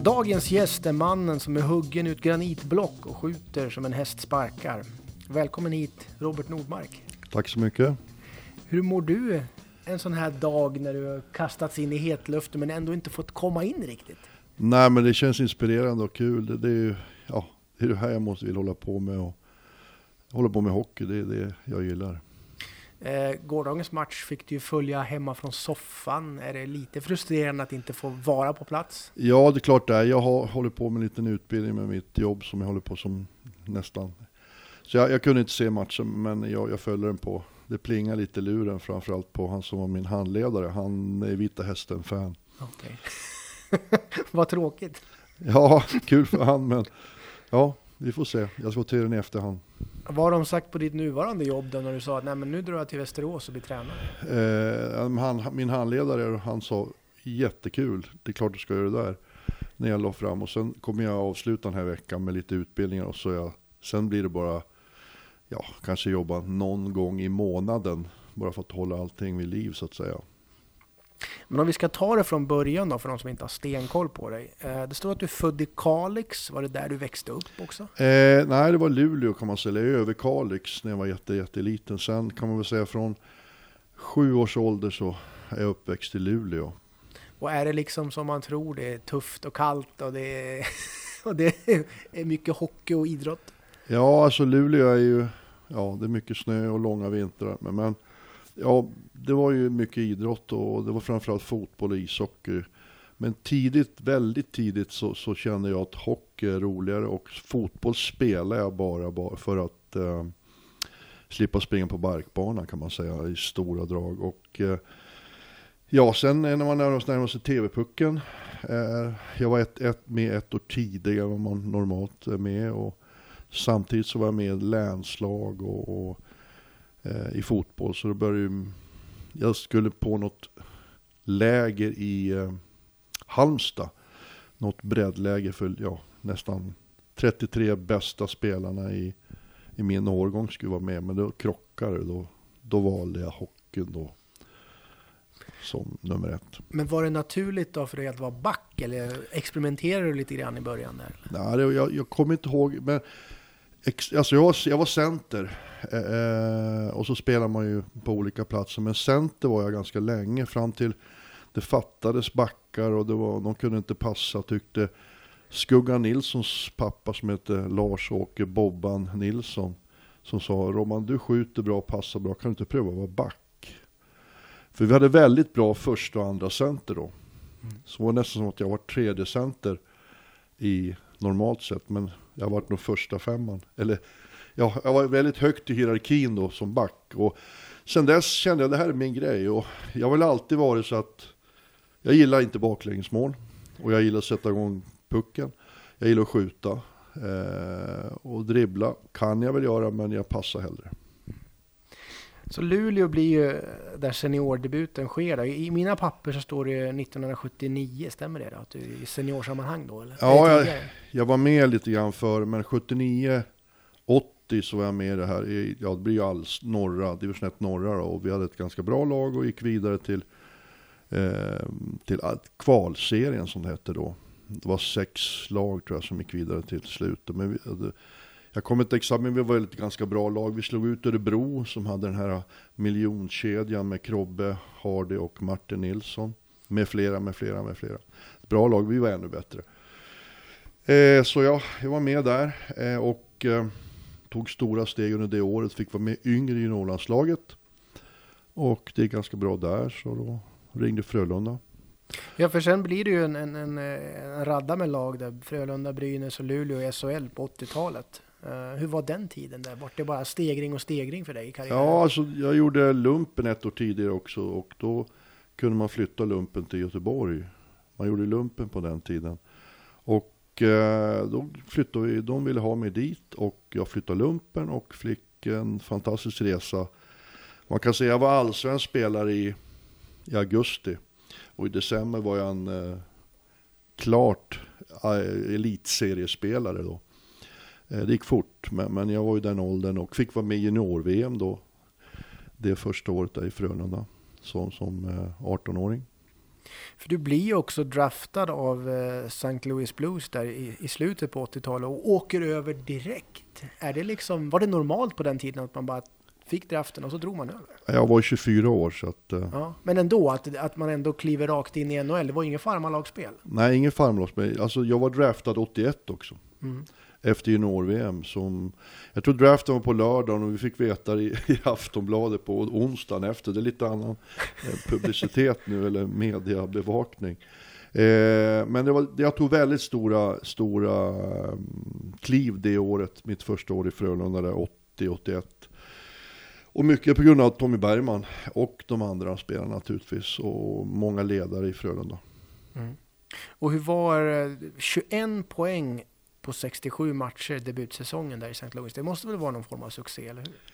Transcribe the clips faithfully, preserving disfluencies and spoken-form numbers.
Dagens gäst är mannen som är huggen ut granitblock och skjuter som en häst sparkar. Välkommen hit, Robert Nordmark. Tack så mycket. Hur mår du en sån här dag när du har kastats in i hetluften men ändå inte fått komma in riktigt? Nej, men det känns inspirerande och kul. Det, det är ju ja, det är det här jag måste vill hålla på med och hålla på med hockey. Det är det jag gillar. Eh, gårdagens match fick du ju följa hemma från soffan. Är det lite frustrerande att inte få vara på plats? Ja, det är klart det är. Jag har hållit på med en liten utbildning med mitt jobb som jag håller på som nästan. Så jag, jag kunde inte se matchen, men jag, jag följde den på. Det plingar lite i luren, framförallt på han som var min handledare. Han är Vita Hästen-fan. Okej. Vad tråkigt. Ja, kul för han, men ja, vi får se. Jag ska till den i efterhand. Vad har de sagt på ditt nuvarande jobb då när du sa att nej, men nu drar jag till Västerås och blir tränare? Eh, han, min handledare, han sa jättekul, det är klart du ska göra det där. När jag la fram och sen kommer jag avsluta den här veckan med lite utbildningar och så jag, sen blir det bara ja, kanske jobba någon gång i månaden bara för att hålla allting vid liv så att säga. Men om vi ska ta det från början då för de som inte har stenkoll på dig. Eh, det står att du är född i Kalix. Var det där du växte upp också? Eh, nej, det var Luleå kan man säga. Jag är över Kalix när jag var jätte, jätteliten. Sen kan man väl säga från sju års ålder så är jag uppväxt i Luleå. Och är det liksom som man tror, det är tufft och kallt och det är, och det är mycket hockey och idrott? Ja, alltså Luleå är ju, ja det är mycket snö och långa vintrar. Men, men ja, det var ju mycket idrott och det var framförallt fotboll och ishockey. Men tidigt, väldigt tidigt så, så kände jag att hockey är roligare och fotboll spelar jag bara, bara för att eh, slippa springa på barkbanan kan man säga i stora drag. Och eh, ja, sen när man närmade sig tv-pucken, eh, jag var ett, ett, med ett år tidigare än vad man normalt är med och samtidigt så var jag med i länslag och, och i fotboll så då började ju, jag skulle på något läger i eh, Halmstad, något breddläger för ja, nästan trettiotre bästa spelarna i, i min årgång skulle vara med, men då krockade det, då, då valde jag hockeyn då som nummer ett. Men var det naturligt då för dig att vara back eller experimenterade du lite grann i början där? Nej, det, jag, jag kommer inte ihåg, men alltså jag, jag var center eh, och så spelar man ju på olika platser, men center var jag ganska länge fram till det fattades backar och det var, de kunde inte passa tyckte Skugga Nilssons pappa som heter Lars-Åke Bobban Nilsson som sa Roman du skjuter bra, passar bra, kan du inte pröva att vara back? För vi hade väldigt bra första och andra center då. Mm. Så var det nästan som att jag var tredje center i normalt sett, men jag var nog första femman. Eller, ja, jag var väldigt högt i hierarkin då som back. Och sen dess kände jag att det här är min grej. Och jag har väl alltid varit så att jag gillar inte baklängsmål. Och jag gillar att sätta igång pucken. Jag gillar att skjuta. Eh, och dribbla kan jag väl göra, men jag passar hellre. Så Luleå blir ju där seniordebuten sker då. I mina papper så står det nittonhundrasjuttionio, stämmer det då? Att du är i seniorsammanhang då? Eller? Ja, jag, jag var med lite grann för, men sjuttionio åttio så var jag med i det här. I, ja, det blir ju alls norra, division ett norra då, och vi hade ett ganska bra lag och gick vidare till, eh, till kvalserien som det hette då. Det var sex lag tror jag som gick vidare till slutet, men vi hade, jag kommer inte exakt, men vi var ett ganska bra lag. Vi slog ut Örebro som hade den här miljonkedjan med Krobbe, Hardy och Martin Nilsson. Med flera, med flera, med flera. Bra lag, vi var ännu bättre. Eh, så ja, jag var med där eh, och eh, tog stora steg under det året. Fick vara med yngre i Norrlandslaget. Och det är ganska bra där, så då ringde Frölunda. Ja, för sen blir det ju en, en, en, en radda med lag där. Frölunda, Brynäs och Luleå i S H L på åttiotalet. Uh, hur var den tiden där? Var det bara stegring och stegring för dig i karriären? Ja, alltså jag gjorde lumpen ett år tidigare också och då kunde man flytta lumpen till Göteborg. Man gjorde lumpen på den tiden. Och eh, då flyttade vi, de ville ha mig dit och jag flyttade lumpen och fick en fantastisk resa. Man kan säga att jag var allsvensk spelare i, i augusti och i december var jag en eh, klart eh, elitseriespelare då. Det gick fort, men, men jag var i den åldern och fick vara med i junior-V M då. Det första året där i Frölunda som, som eh, arton-åring. För du blir ju också draftad av eh, Saint Louis Blues där i, i slutet på åttiotalet och åker över direkt. Är det liksom, var det normalt på den tiden att man bara fick draften och så drog man över? Jag var tjugofyra år så att... Uh... Ja, men ändå, att, att man ändå kliver rakt in i N H L. Det var ju ingen farmarlagsspel. Nej, ingen farmarlagsspel. Alltså jag var draftad åttioett också. Mm. Efter junior-V M. Som, jag tror draften var på lördagen och vi fick veta i, i Aftonbladet på onsdagen efter. Det är lite annan eh, publicitet nu, eller mediebevakning. Eh, men det var, jag tog väldigt stora, stora um, kliv det året, mitt första år i Frölunda där, åttio åttioett. Och mycket på grund av Tommy Bergman och de andra spelarna naturligtvis, och många ledare i Frölunda. Mm. Och hur var tjugoen poäng på sextiosju matcher debutsäsongen där i Saint Louis? Det måste väl vara någon form av succé, eller hur?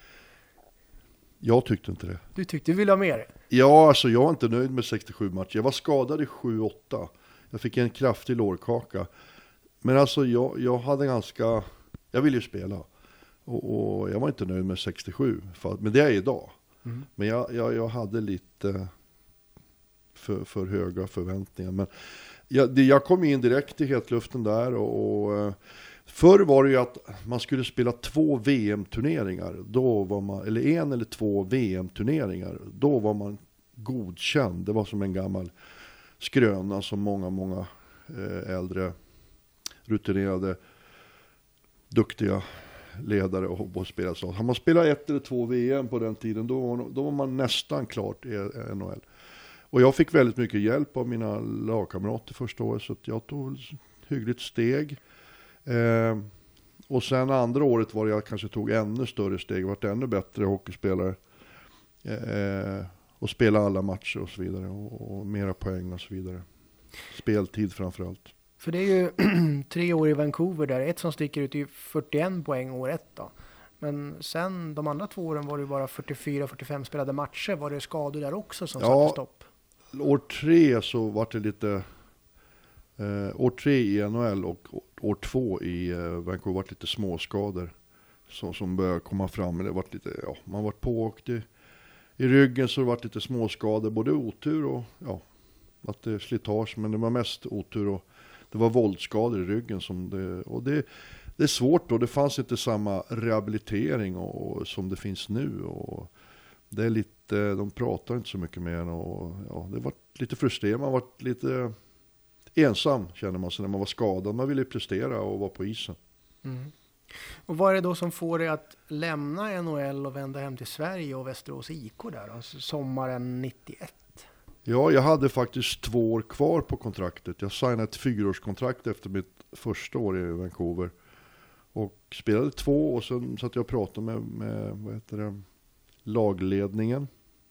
Jag tyckte inte det. Du tyckte du ville ha mer? Ja, alltså jag var inte nöjd med sextiosju matcher. Jag var skadad i sju åtta. Jag fick en kraftig lårkaka. Men alltså jag, jag hade ganska... Jag ville ju spela. Och, och jag var inte nöjd med sextiosju. För, men det är jag idag. Mm. Men jag, jag, jag hade lite för, för höga förväntningar. Men jag, det, jag kom in direkt i hetluften där. Och, och förr var det ju att man skulle spela två V M-turneringar. Då var man, eller en eller två V M-turneringar. Då var man godkänd. Det var som en gammal skröna som många, många eh, äldre, rutinerade, duktiga ledare och hobbåspelare sa. Har man spelat ett eller två V M på den tiden, då, då var man nästan klart i N H L. Och jag fick väldigt mycket hjälp av mina lagkamrater första året, så att jag tog hyggligt steg. Eh, och sen andra året var det jag kanske tog ännu större steg, vart ännu bättre hockeyspelare. Eh, och spela alla matcher och så vidare. Och, och mera poäng och så vidare. Speltid framförallt. För det är ju tre år i Vancouver där. Ett som sticker ut är fyrtioen poäng år ett då. Men sen de andra två åren var det bara fyrtiofyra fyrtiofem spelade matcher. Var det skador där också som ja, satte stopp? År tre så var det lite... Eh, år tre i N H L och år två i eh, Vancouver var det lite småskador. Så, som började komma fram. Men det var lite, ja, man var pååkt i, i ryggen, så det var lite småskador. Både otur och ja, att det är slitage. Men det var mest otur och det var våldsskador i ryggen. Som det, och det, det är svårt då. Det fanns inte samma rehabilitering och, och, som det finns nu. Och det är lite, de pratar inte så mycket med en. Och, ja, det var lite frustrerande. Man var lite ensam, känner man sig, när man var skadad. Man ville prestera och vara på isen. Mm. Och vad är det då som får dig att lämna N H L och vända hem till Sverige och Västerås I K där? Alltså sommaren nittioett? Ja, jag hade faktiskt två år kvar på kontraktet. Jag signade ett fyraårskontrakt efter mitt första år i Vancouver. Och spelade två, och sen satt jag och pratade med, med vad heter det, lagledningen.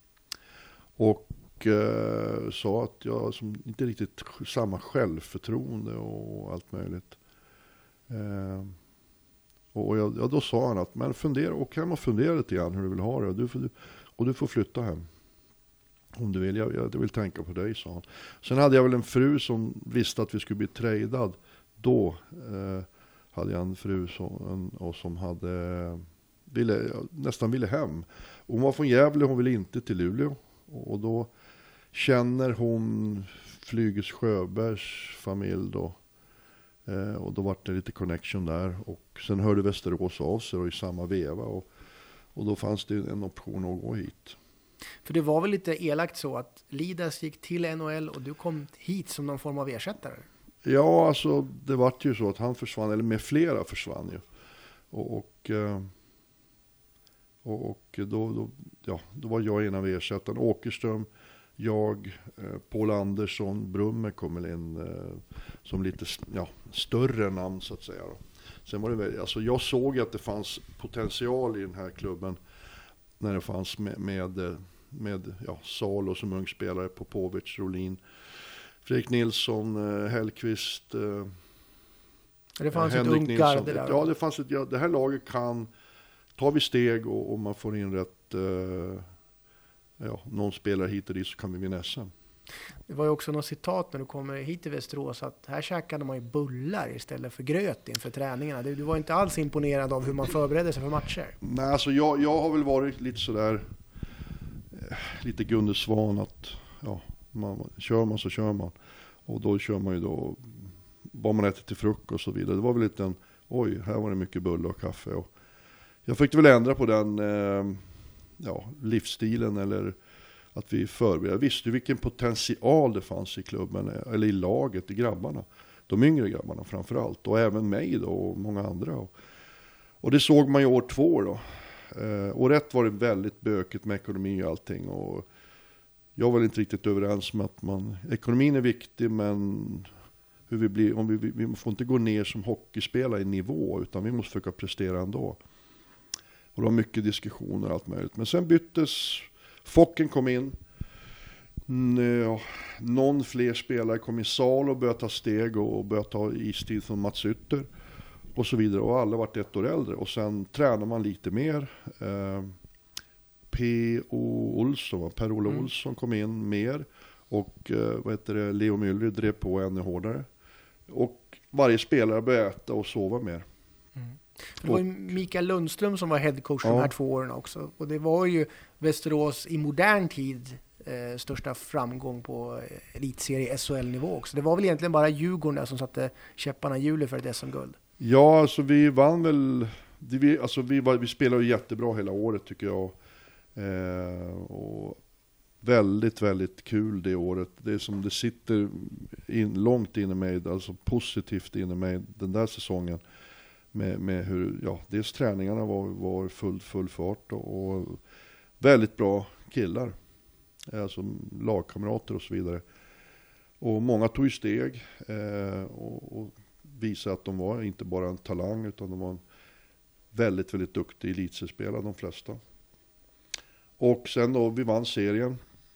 Och eh, sa att jag som inte riktigt samma självförtroende och allt möjligt. Eh, och jag, ja, då sa han att men fundera, och kan man fundera lite grann hur du vill ha det. Och du får, och du får flytta hem. Om du vill, jag, jag vill tänka på dig, sa han. Sen hade jag väl en fru som visste att vi skulle bli tradad. Då eh, hade jag en fru som, en, och som hade, ville, nästan ville hem. Hon var från Gävle, hon ville inte till Luleå. Och, och då känner hon Flyges Sjöbergs familj då. Eh, och då var det lite connection där. Och sen hörde Västerås av sig och i samma veva. Och, och då fanns det en option att gå hit. För det var väl lite elakt så att Lidas gick till N H L och du kom hit som någon form av ersättare? Ja, alltså det var ju så att han försvann, eller med flera försvann ju. Och, och, och, och då, då, ja, då var jag en av ersättarna. Åkerström, jag, Paul Andersson, Brumme kom in eh, som lite ja, större namn så att säga. Då. Sen var det, alltså jag såg att det fanns potential i den här klubben när det fanns med, med, med ja, Salo som ung spelare, Popovic, Rolin, Fredrik Nilsson, eh, Hellqvist. Eh, det fanns ett ungt garde där. Ja, det fanns ett, ja, det här laget kan, tar vi steg och, och man får in rätt, eh, ja, någon spelare hit och dit så kan vi vinna S M. Det var ju också något citat när du kommer hit till Västerås att här käkade man ju bullar istället för gröt inför träningarna. Du, du var inte alls imponerad av hur man förberedde sig för matcher. Nej, alltså jag, jag har väl varit lite sådär, eh, lite Gunde Svan att, ja, Man, kör man så kör man. Och då kör man ju då vad man äter till frukost och så vidare. Det var väl lite en, oj, här var det mycket bulle och kaffe. Och jag fick väl ändra på den eh, ja, livsstilen eller att vi förberedde. Jag visste ju vilken potential det fanns i klubben eller i laget, i grabbarna. De yngre grabbarna framförallt. Och även mig då och många andra. Och, och det såg man ju år två då. Eh, år ett var det väldigt bökigt med ekonomi och allting. Och jag var inte riktigt överens med att man, ekonomin är viktig men hur vi blir, om vi, vi får inte gå ner som hockeyspelare i nivå utan vi måste försöka prestera ändå. Och det var mycket diskussioner och allt möjligt. Men sen byttes, Focken kom in, N- någon fler spelare kom in, Salo började ta steg och började ta istid från Mats Ytter och så vidare. Och alla varit ett år äldre och sen tränar man lite mer. Eh, P O Olsson, Per-Ola mm. Olsson kom in mer och eh, vad heter det, Leo Müller drev på ännu hårdare. Och varje spelare började äta och sova mer. Mm. Det var ju Mikael Lundström som var headcoach ja. de här två åren också. Och det var ju Västerås i modern tid eh, största framgång på elitserie S H L-nivå också. Det var väl egentligen bara Djurgården som satte käpparna i hjulet för ett S M-guld. Ja, alltså vi vann väl, det vi, alltså vi, var, vi spelade ju jättebra hela året tycker jag. Eh, och väldigt, väldigt kul det året. Det är som det sitter in, långt inne mig, alltså positivt inne mig den där säsongen. Med, med hur, ja, dels träningarna var, var full, full fart och, och väldigt bra killar. Alltså lagkamrater och så vidare. Och många tog ju steg eh, och, och visade att de var inte bara en talang utan de var en väldigt, väldigt duktig elitseriespelare de flesta. Och sen då, vi vann serien.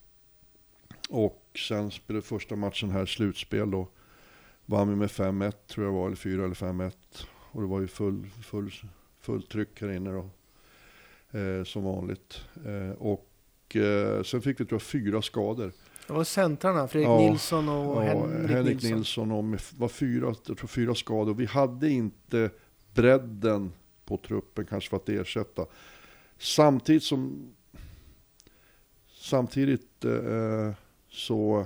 Och sen spelade första matchen här, slutspel då. Vann vi med fem ett tror jag var, eller fyra eller fem ett. Och det var ju full, full, full tryck här inne då. Eh, som vanligt. Eh, och eh, sen fick vi tror jag fyra skador. Det var centrarna, Fredrik ja, Nilsson och ja, Henrik, Henrik Nilsson. Nilsson och med, var fyra, jag tror fyra skador. Vi hade inte bredden på truppen kanske för att ersätta. Samtidigt som Samtidigt eh, så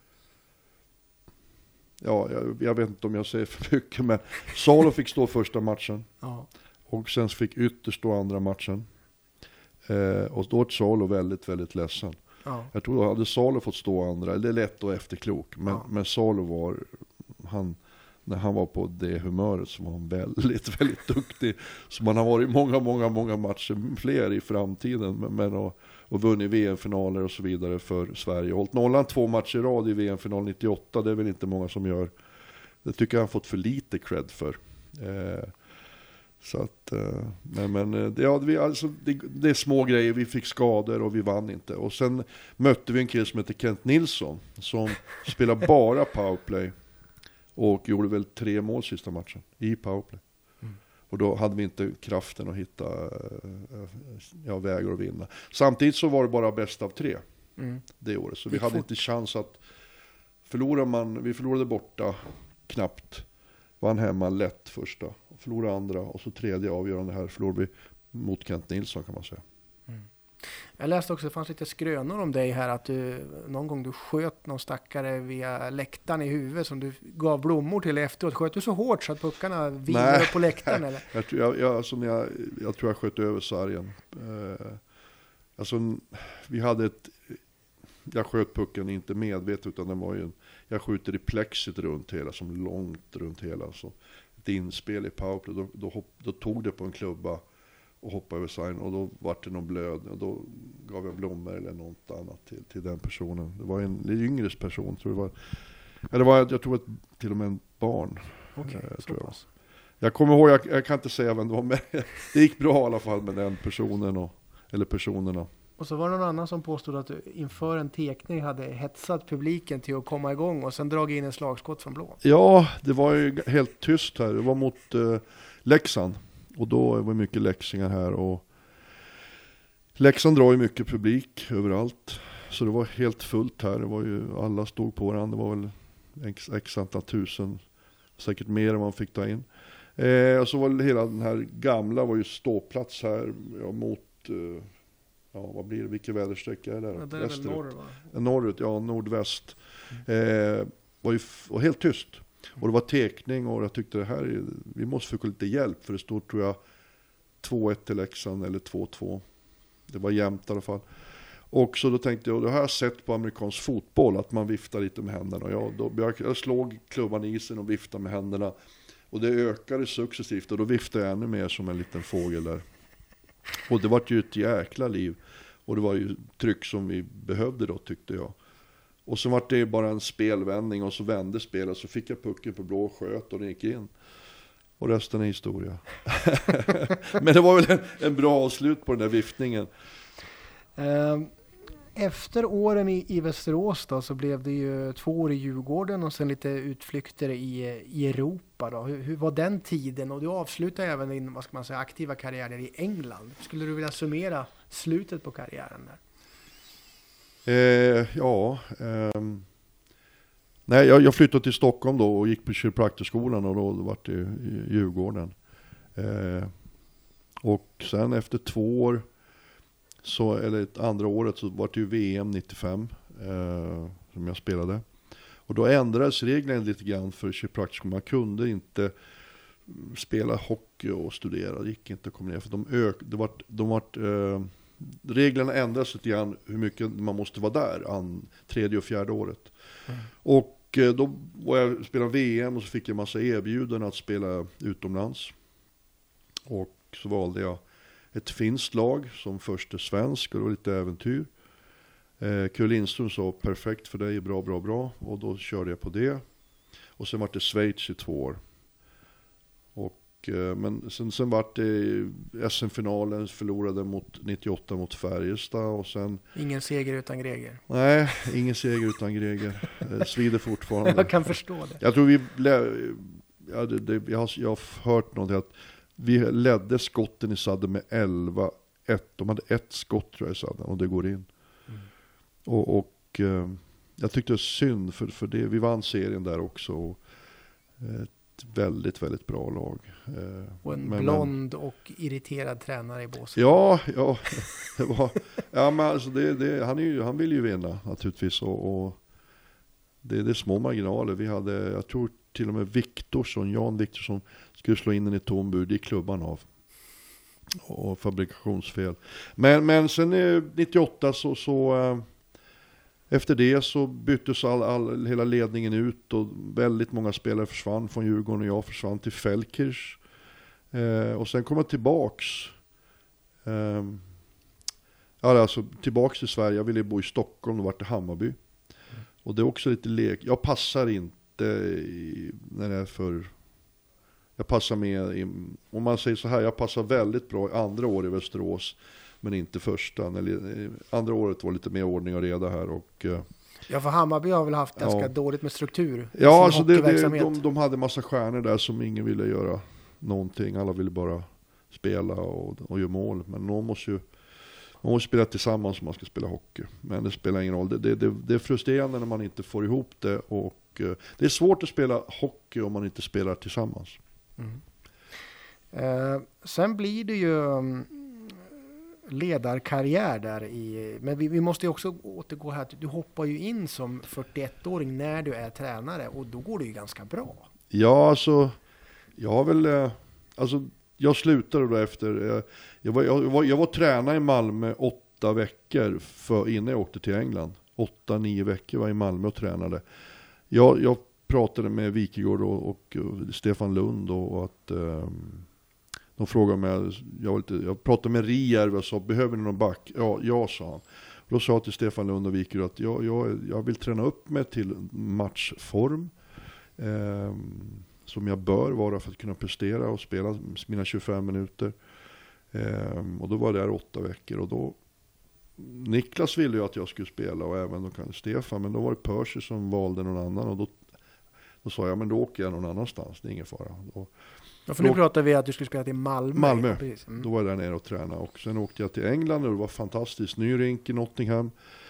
ja, jag, jag vet inte om jag säger för mycket men Salo fick stå första matchen ja. Och sen fick Ytter stå andra matchen eh, och då var Salo väldigt, väldigt ledsen. Ja. Jag tror att hade Salo fått stå andra, det är lätt och efterklok men, ja. men Salo var han, när han var på det humöret så var han väldigt, väldigt duktig. Så man har varit många, många, många matcher fler i framtiden. Men och, och vunnit V M-finaler och så vidare för Sverige. Hållit nollan två matcher i rad i V M-final nittioåtta. Det är väl inte många som gör. Det tycker jag han fått för lite cred för. Eh, så att, eh, men, men det, ja, vi, alltså, det, det är små grejer. Vi fick skador och vi vann inte. Och sen mötte vi en kille som heter Kent Nilsson. Som spelar bara powerplay. Och gjorde väl tre mål sista matchen i powerplay. Mm. Och då hade vi inte kraften att hitta ja, vägar att vinna. Samtidigt så var det bara bäst av tre mm. det året. Så vi hade fort. inte chans att förlora man. Vi förlorade borta knappt. Vann hemma lätt första. Förlorade andra och så tredje avgörande här förlorade vi mot Kent Nilsson kan man säga. Mm. Jag läste också, det fanns lite skrönor om dig här att du någon gång du sköt någon stackare via läktaren i huvudet som du gav blommor till efteråt. Sköt du så hårt så att puckarna vinner på läktaren eller? jag, jag, jag, alltså, jag, jag tror jag sköt över sargen. Eh, alltså, vi hade ett, jag sköt pucken inte medvetet utan den var ju en, jag skjuter i plexit runt hela, som långt runt hela. Så ett inspel i powerplay, då, då, hopp, då tog det på en klubba och hoppade över sargen och då var det någon blöd och då gav jag blommor eller något annat till, till den personen. Det var en yngre person, tror jag var. Eller var jag tror att till och med en barn. Okej, okay, tror jag. pass. Jag kommer ihåg, jag, jag kan inte säga vem det var, men det gick bra i alla fall med den personen och, eller personerna. Och så var det någon annan som påstod att du inför en tekning hade hetsat publiken till att komma igång och sen dragit in en slagskott från blå. Ja, det var ju helt tyst här. Det var mot uh, Leksand. Och då var det mycket läxingar här. Och Leksand drar ju mycket publik överallt. Så det var helt fullt här. Det var ju, alla stod på varandra. Det var väl x, x antal tusen. Säkert mer än man fick ta in. Eh, och så var det hela den här gamla var ju ståplats här ja, mot... Uh, ja, vad blir det? Vilket väderstreck är det där? Ja, det är väl norr, va? Norrut, ja, nordväst. Mm. Eh, var ju f- var helt tyst. Och det var tekning och jag tyckte det här, är, vi måste få lite hjälp för det stod tror jag två ett till Leksand eller två två. Det var jämnt i alla fall. Och så då tänkte jag, och det har jag sett på amerikansk fotboll att man viftar lite med händerna. Och jag, då, jag, jag slog klubban i isen och viftade med händerna. Och det ökade successivt och då viftade jag ännu mer som en liten fågel där. Och det var ju ett jäkla liv. Och det var ju tryck som vi behövde då tyckte jag. Och så var det bara en spelvändning och så vände spelet och så fick jag pucken på blå och sköt och den gick in. Och resten är historia. Men det var väl en, en bra avslut på den där viftningen. Efter åren i, i Västerås då, så blev det ju två år i Djurgården och sen lite utflykter i, i Europa. Då. Hur, hur var den tiden? Och du avslutade även din, vad ska man säga, aktiva karriär i England. Skulle du vilja summera slutet på karriären där? Eh, ja, eh, nej, jag, jag flyttade till Stockholm då och gick på kiropraktorskolan och då var det i Djurgården. Eh, och sen efter två år, så, eller ett andra året, så var det ju V M nittiofem eh, som jag spelade. Och då ändrades reglerna lite grann för kiropraktorskolan. Man kunde inte spela hockey och studera, det gick inte att komma ner för de ök, det var, de var, eh, reglerna ändrades lite grann hur mycket man måste vara där an, tredje och fjärde året. Mm. Och eh, då var jag spelade V M och så fick jag en massa erbjudanden att spela utomlands. Och så valde jag ett finskt lag som första svensk och det var lite äventyr. Eh, Kjell Lindström sa perfekt för dig, bra, bra, bra. Och då körde jag på det. Och sen var det Schweiz i två år. Och, eh, men sen, sen var det S M-finalen, förlorade mot nittioåtta mot Färjestad. Och sen, ingen seger utan Greger. Nej, ingen seger utan Greger. Eh, svider fortfarande. Jag kan förstå det. Jag tror vi blev, ja, det, det, jag, har, jag har hört någonting att vi ledde skotten i sadden med elva ett. De hade ett skott tror jag i sadden och det går in. Mm. Och, och eh, jag tyckte det var synd för, för det. Vi vann serien där också. Och, eh, ett väldigt, väldigt bra lag. Eh, och en men, blond och irriterad tränare i båsen. Ja, ja. Det var, ja men alltså det, det, han, är ju, han vill ju vinna naturligtvis. Och, och det, det är små marginaler. Vi hade, jag tror till och med Viktorsson, Jan Viktorsson skulle slå in den i tom bur, i klubban av. Och fabrikationsfel. Men, men sen nittioåtta så, så äh, efter det så byttes all, all, hela ledningen ut och väldigt många spelare försvann från Djurgården och jag försvann till Fällkirch. Eh, och sen kom jag tillbaks. Eh, ja, alltså tillbaks till Sverige. Jag ville bo i Stockholm och vart i Hammarby. Mm. Och det är också lite lek. Jag passar inte i, när det är för... Jag passar med, i, om man säger så här, jag passar väldigt bra i andra år i Västerås, men inte första. När, andra året var lite mer ordning och reda här. Och, ja, för Hammarby har väl haft ganska ja. dåligt med struktur. Ja, alltså det, det, de, de hade massa stjärnor där som ingen ville göra någonting. Alla ville bara spela och, och göra mål. Men någon måste ju man måste spela tillsammans om man ska spela hockey. Men det spelar ingen roll. Det, det, det, det är frustrerande när man inte får ihop det. Och det är svårt att spela hockey om man inte spelar tillsammans. Mm. Eh, sen blir det ju um, ledarkarriär där i, men vi, vi måste ju också återgå här. Du hoppar ju in som fyrtioettåring när du är tränare och då går det ju ganska bra. Ja, alltså jag har väl eh, alltså jag slutade då efter jag, jag, var, jag, var, jag var tränare i Malmö åtta veckor för, innan jag åkte till England. Åtta, nio veckor var jag i Malmö och tränade. Jag, jag pratade med Wikegård och, och, och Stefan Lund och, och att um, de frågade mig, jag, var lite, jag pratade med Rierv och sa, behöver ni någon back? Ja, jag sa han. Då sa jag till Stefan Lund och Wikegård att jag, jag, jag vill träna upp mig till matchform um, som jag bör vara för att kunna prestera och spela mina tjugofem minuter. Um, och då var det där åtta veckor och då Niklas ville ju att jag skulle spela och även då kan Stefan, men då var det Percy som valde någon annan och då Då sa jag, men då åker jag någon annanstans, det är ingen fara. Och ja, för nu pratar vi att du skulle spela till Malmö. Malmö, ja, mm. Då var jag där nere och tränade. Och sen åkte jag till England och det var fantastiskt. Ny rink i Nottingham.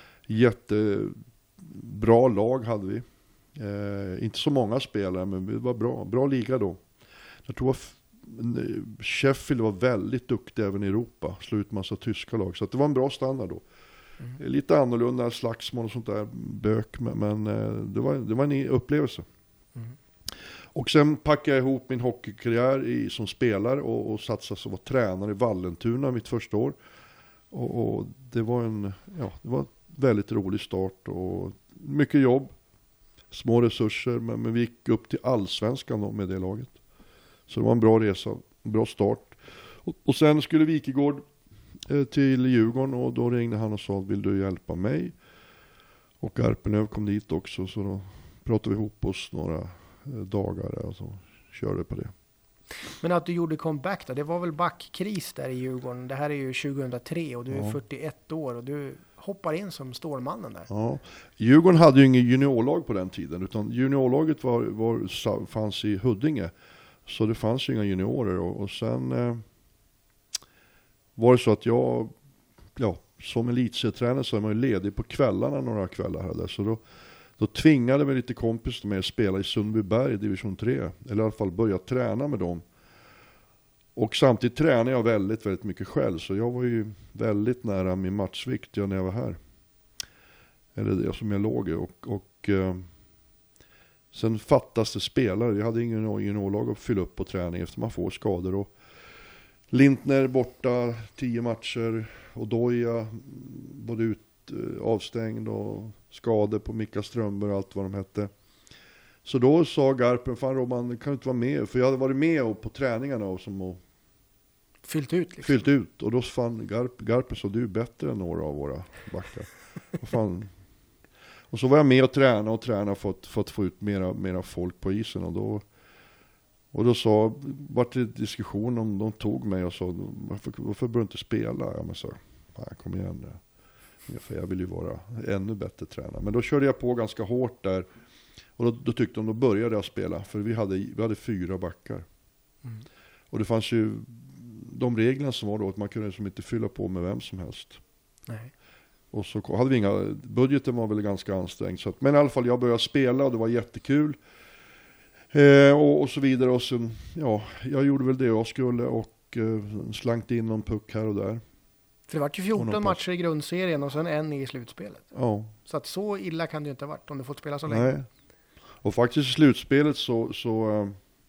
Jättebra lag hade vi. Eh, inte så många spelare, men det var bra. Bra liga då. Jag tror Sheffield var väldigt duktig även i Europa. Slog ut massa tyska lag. Så att det var en bra standard då. Mm. Lite annorlunda slagsmål och sånt där bök. Men det var, det var en upplevelse. Mm. Och sen packade jag ihop min hockeykarriär i, som spelare och, och satsade som var tränare i Vallentuna mitt första år. Och, och det var en ja, det var en väldigt rolig start och mycket jobb. Små resurser, men, men vi gick upp till allsvenskan då med det laget. Så det var en bra resa, en bra start. Och, och sen skulle Wikegård eh, till Djurgården och då ringde han och sa, vill du hjälpa mig? Och Garpenlöv kom dit också, så då pratade vi ihop oss några eh, dagar och så körde på det. Men att du gjorde comeback då, det var väl backkris där i Djurgården. Det här är ju tjugohundratre och du är ja. fyrtioett år och du hoppar in som Stålmannen där. Ja. Djurgården hade ju ingen juniorlag på den tiden, utan juniorlaget var, var, fanns i Huddinge. Så det fanns ju inga juniorer och, och sen eh, var det så att jag, ja, som elitserietränare så är man ju ledig på kvällarna några kvällar här där. Så då, då tvingade vi lite kompis med att spela i Sundbyberg, division tre. Eller i alla fall börja träna med dem. Och samtidigt tränade jag väldigt, väldigt mycket själv. Så jag var ju väldigt nära min matchvikt när jag var här. Eller det som jag låg i. Och, och eh, sen fattas det spelare. Jag hade ingen juniorlag att fylla upp på träning efter man får skador. Och Lintner borta tio matcher. Och Doja både ut, avstängd och skador på Mika Strömberg och allt vad de hette. Så då sa Garpen, fan Robban, kan du inte vara med? För jag hade varit med och på träningarna och som och fyllt ut liksom. Fyllt ut. Och då fann Garp, Garpen så du är bättre än några av våra backar. och, fan. och så var jag med och träna och träna för att, för att få ut mera, mera folk på isen. Och då, och då sa, var det diskussion om de tog mig och sa, varför, varför bör du inte spela? Ja, men så, fan, kom igen. För jag vill ju vara ännu bättre tränare. Men då körde jag på ganska hårt där. Och då, då tyckte de, då började jag spela. För vi hade, vi hade fyra backar. Mm. Och det fanns ju de reglerna som var då att man kunde liksom inte fylla på med vem som helst. Nej. Och så hade vi inga, budgeten var väl ganska ansträngd. Så att, men i alla fall jag började spela och det var jättekul. Eh, och, och så vidare. Och sen, ja, jag gjorde väl det jag skulle och eh, slankt in någon puck här och där. För det var ju fjorton matcher i grundserien och sen en i slutspelet. Ja. Så att så illa kan det ju inte ha varit om du fått spela så länge. Nej. Och faktiskt i slutspelet så så,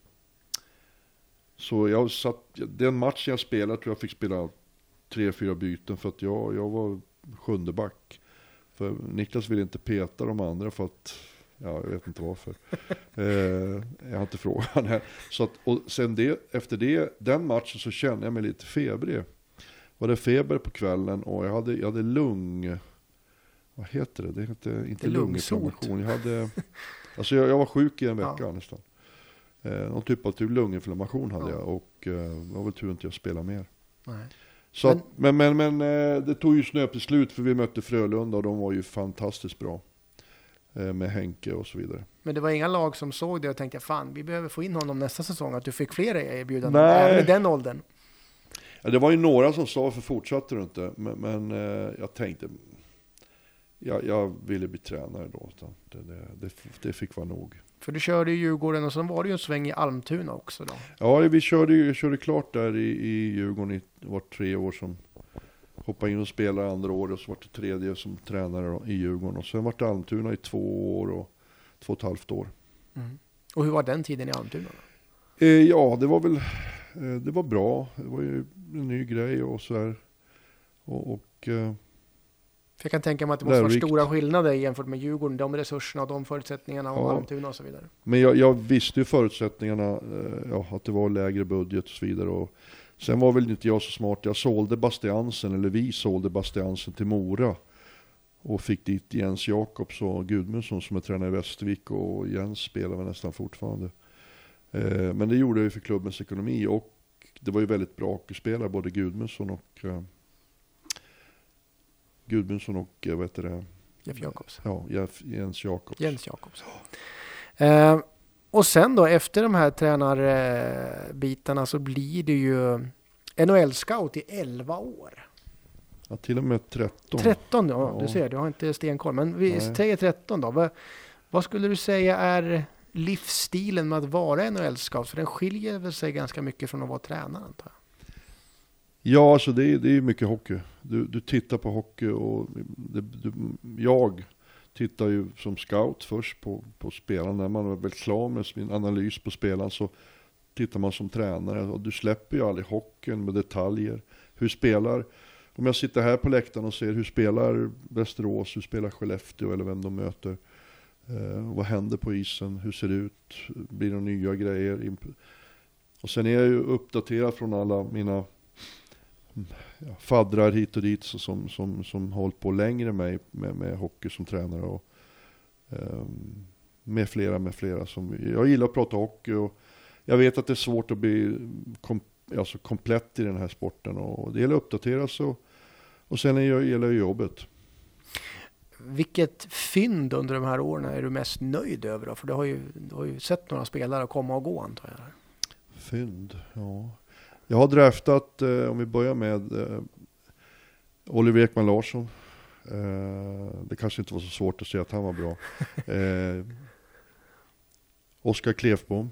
så jag satt, den matchen jag spelade tror jag fick spela tre, fyra byten för att jag, jag var sjunde back. För Niklas ville inte peta de andra för att, ja jag vet inte varför. eh, jag har inte frågat här. Så att, och sen det, efter det, den matchen så kände jag mig lite febrig. Var det feber på kvällen och jag hade, jag hade lung, vad heter det? Det heter inte lunginflammation. Jag hade, alltså jag, jag var sjuk i en vecka ja. nästan. Eh, någon typ av typ lunginflammation hade ja. jag och eh, det var väl tur att jag spelade mer. Nej. Så men, att, men, men, men eh, det tog ju snö till slut för vi mötte Frölunda och de var ju fantastiskt bra. Eh, med Henke och så vidare. Men det var inga lag som såg det och tänkte fan vi behöver få in honom nästa säsong. Att du fick flera erbjudanden även i den åldern. Ja, det var ju några som sa för fortsatte du inte. Men, men eh, jag tänkte jag, jag ville bli tränare då. Det, det, det, det fick vara nog. För du körde i Djurgården och sen var det ju en sväng i Almtuna också då. Ja, vi körde, jag körde klart där i, i Djurgården i var tre år som hoppade in och spelade andra år och så var det tredje som tränare då, i Djurgården. Och sen var det Almtuna i två år och två och ett halvt år. Mm. Och hur var den tiden i Almtuna då? Eh, ja, det var väl eh, det var bra. Det var ju en ny grej och så här. Och, och eh, för jag kan tänka mig att det måste vara stora skillnader jämfört med Djurgården, de resurserna och de förutsättningarna och ja. Almtuna och så vidare. Men jag, jag visste ju förutsättningarna, eh, ja, att det var lägre budget och så vidare. Och sen var väl inte jag så smart. Jag sålde Bastiansen, eller vi sålde Bastiansen till Mora. Och fick dit Jens Jakobs och Gudmundsson som är tränare i Västervik. Och Jens spelar väl nästan fortfarande. Eh, men det gjorde jag ju för klubbens ekonomi. Och det var ju väldigt bra hockeyspelare, både Gudmundsson och... Eh, Gudmundsson och vad heter det? Jeff Jakobs. Ja, Jeff, Jens Jakobs. Jens Jakobs. Eh, och sen då efter de här tränarbitarna så blir det ju N H L-scout i elva år. Ja, till och med tretton. tretton, ja, ja. Du ser, du har inte stenkoll. Men vi säger tretton då. Vad, vad skulle du säga är livsstilen med att vara N H L-scout? För den skiljer väl sig ganska mycket från att vara tränare, antar jag. Ja, alltså det är, det är mycket hockey. Du, du tittar på hockey och det, du, jag tittar ju som scout först på, på spelaren. När man är väl klar med sin analys på spelaren så tittar man som tränare. Och du släpper ju aldrig hockeyn med detaljer. Hur spelar, om jag sitter här på läktaren och ser hur spelar Västerås, hur spelar Skellefteå eller vem de möter. Eh, vad händer på isen, hur ser det ut, blir det nya grejer. Och sen är jag ju uppdaterad från alla mina ja, faddrar hit och dit så som, som, som hållit på längre mig med, med hockey som tränare och um, med flera med flera som, jag gillar att prata hockey och jag vet att det är svårt att bli kom, alltså komplett i den här sporten och det gäller att uppdateras och, och sen gäller ju jobbet. Vilket fynd under de här åren är du mest nöjd över då? För du har ju, du har ju sett några spelare komma och gå, antar jag. Fynd, ja. Jag har draftat, eh, om vi börjar med eh, Oliver Ekman Larsson. Eh, det kanske inte var så svårt att säga att han var bra. Eh, Oskar Klefbom.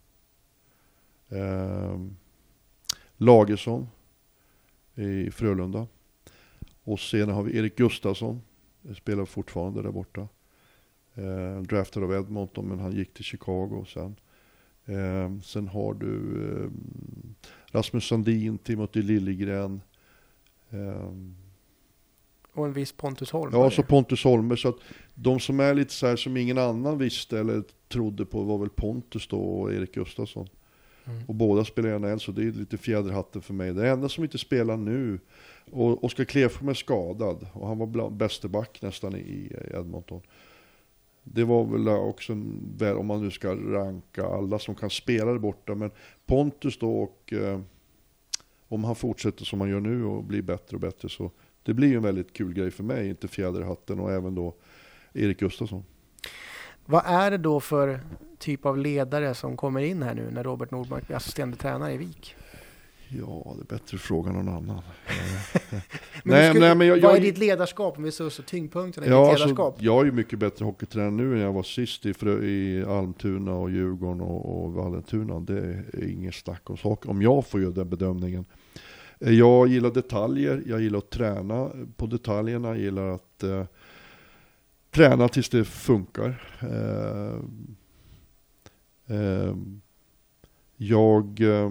Eh, Lagersson i Frölunda. Och sen har vi Erik Gustafsson. Spelar fortfarande där borta. Eh, draftad av Edmonton men han gick till Chicago sen. Eh, sen har du eh, Rasmus Sandin, Timothy Liljegren. Eh, och en viss Pontus Holmer. Ja, så Pontus Holmer. Så att de som är lite så här som ingen annan visste eller trodde på var väl Pontus då och Erik Gustafsson. Mm. Och båda spelar i N H L så det är lite fjäderhatten för mig. Det enda som inte spelar nu, och Oskar Klefbom är skadad och han var bäste back nästan i Edmonton. Det var väl också väl om man nu ska ranka alla som kan spela där borta. Men Pontus då och eh, om han fortsätter som han gör nu och blir bättre och bättre så det blir ju en väldigt kul grej för mig. Inte fjäderhatten och även då Erik Gustafsson. Vad är det då för typ av ledare som kommer in här nu när Robert Nordmark blir assisterande tränare i Vik? Ja, det är bättre fråga än någon annan. men nej, skulle, nej, men jag, vad är jag, ditt ledarskap om vi så så tyngdpunkten i ja, ditt ledarskap? Alltså, jag är ju mycket bättre hockeytränare nu än jag var sist i, i Almtuna och Djurgården och, och Vallentuna. Det är inget snack om saker. Om jag får göra den bedömningen. Jag gillar detaljer, jag gillar att träna på detaljerna, jag gillar att eh, träna tills det funkar. Eh, eh, jag eh,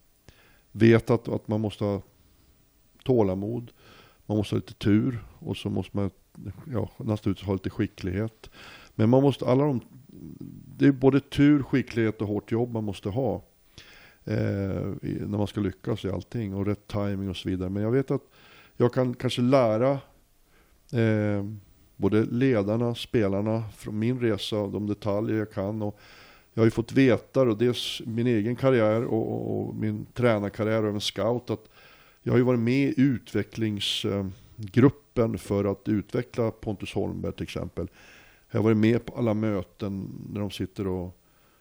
vet att, att man måste ha tålamod, man måste ha lite tur och så måste man ja, naturligtvis ha lite skicklighet. Men man måste, alla de, det är både tur, skicklighet och hårt jobb man måste ha. Eh, när man ska lyckas i allting och rätt timing och så vidare. Men jag vet att jag kan kanske lära eh, både ledarna, spelarna från min resa och de detaljer jag kan. Och jag har ju fått veta, och dels min egen karriär och, och, och min tränarkarriär och även scout, att jag har ju varit med i utvecklingsgruppen för att utveckla Pontus Holmberg till exempel. Jag har varit med på alla möten när de sitter och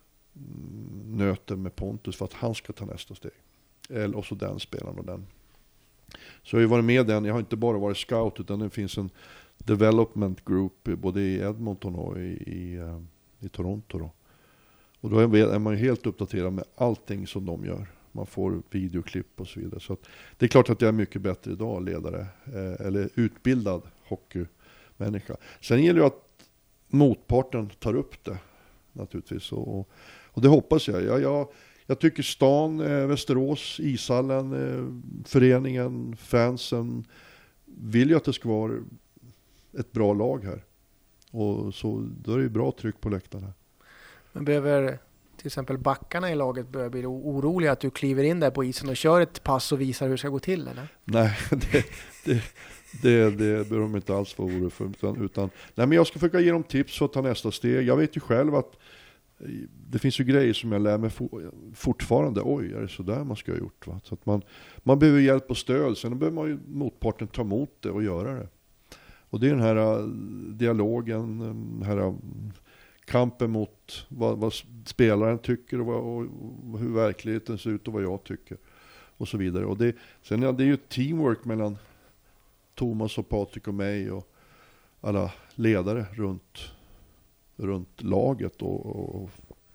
nöter med Pontus för att han ska ta nästa steg. Eller och så den spelaren och den. Så jag har ju varit med den. Jag har inte bara varit scout utan det finns en development group både i Edmonton och i, i, i Toronto då. Och då är man ju helt uppdaterad med allting som de gör. Man får videoklipp och så vidare. Så att det är klart att jag är mycket bättre idag ledare eh, eller utbildad hockeymänniska. Sen gäller det att motparten tar upp det naturligtvis och, och Och det hoppas jag. Jag, jag, jag tycker stan, eh, Västerås, ishallen, eh, föreningen, fansen vill ju att det ska vara ett bra lag här. Och så då är det ju bra tryck på läktarna. Men behöver till exempel backarna i laget börja bli oroliga att du kliver in där på isen och kör ett pass och visar hur det ska gå till, eller? Nej, det, det, det, det behöver de inte alls vara orolig för. Utan, utan, nej, men jag ska försöka ge dem tips för att ta nästa steg. Jag vet ju själv att det finns ju grejer som jag lär mig fortfarande. Oj, är det så där man ska ha gjort? Va? Så att man, man behöver hjälp och stöd. Sen behöver man ju motparten ta emot det och göra det. Och det är den här dialogen, den här kampen mot vad, vad spelaren tycker och, vad, och hur verkligheten ser ut och vad jag tycker. Och så vidare. Och det, sen ja, det är ju teamwork mellan Thomas och Patrik och mig och alla ledare runt runt laget och, och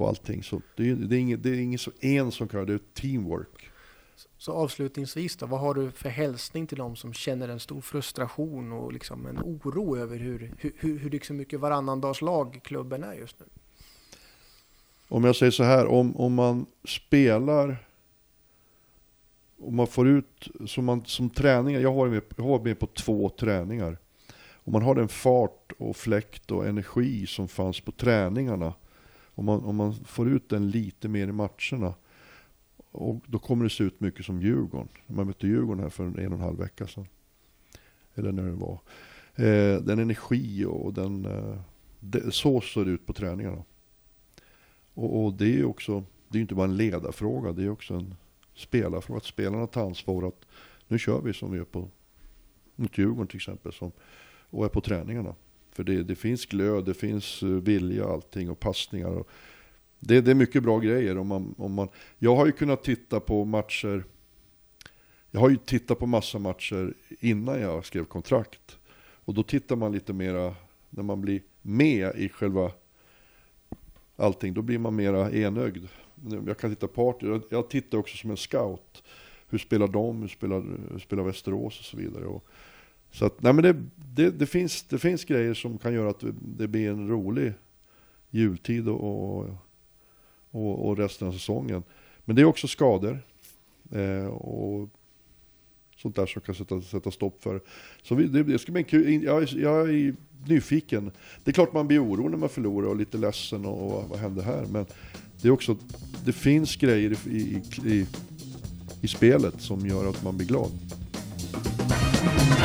och allting. Så det är, det är inget, det är inget så en som kan, det är teamwork. Så avslutningsvis då, vad har du för hälsning till dem som känner en stor frustration och liksom en oro över hur, hur, hur, hur liksom mycket varannandagslag klubben är just nu? Om jag säger så här, om, om man spelar, om man får ut, som, man, som träningar, jag har, med, jag har med på två träningar. Om man har den fart och fläkt och energi som fanns på träningarna, om man, om man får ut den lite mer i matcherna, och då kommer det se ut mycket som Djurgården. Man mötte Djurgården här för en, en och en halv vecka sedan. Eller när det var. Eh, den energi och den, eh, det, så ser det ut på träningarna. Och, och det är också, det är inte bara en ledarfråga, det är också en spelarfråga. Att spelarna tar ansvar att nu kör vi som vi gör på mot Djurgården till exempel, som, och är på träningarna. För det, det finns glöd, det finns vilja, allting och passningar. Och det, det är mycket bra grejer. Om man, om man, jag har ju kunnat titta på matcher, jag har ju tittat på massa matcher innan jag skrev kontrakt. Och då tittar man lite mera, när man blir med i själva allting, då blir man mera enögd. Jag kan titta på party, jag, jag tittar också som en scout. Hur spelar de, hur spelar, hur spelar Västerås och så vidare. Och, så att, nej men det, det, det, finns, det finns grejer som kan göra att det blir en rolig jultid och, och, och resten av säsongen. Men det är också skador eh, och sånt där som kan sätta, sätta stopp för. Så vi, det, det ska bli kul. Jag, jag är nyfiken. Det är klart man blir orolig när man förlorar och lite ledsen och, och vad händer här. Men det är också, det finns grejer i, i, i, i spelet som gör att man blir glad.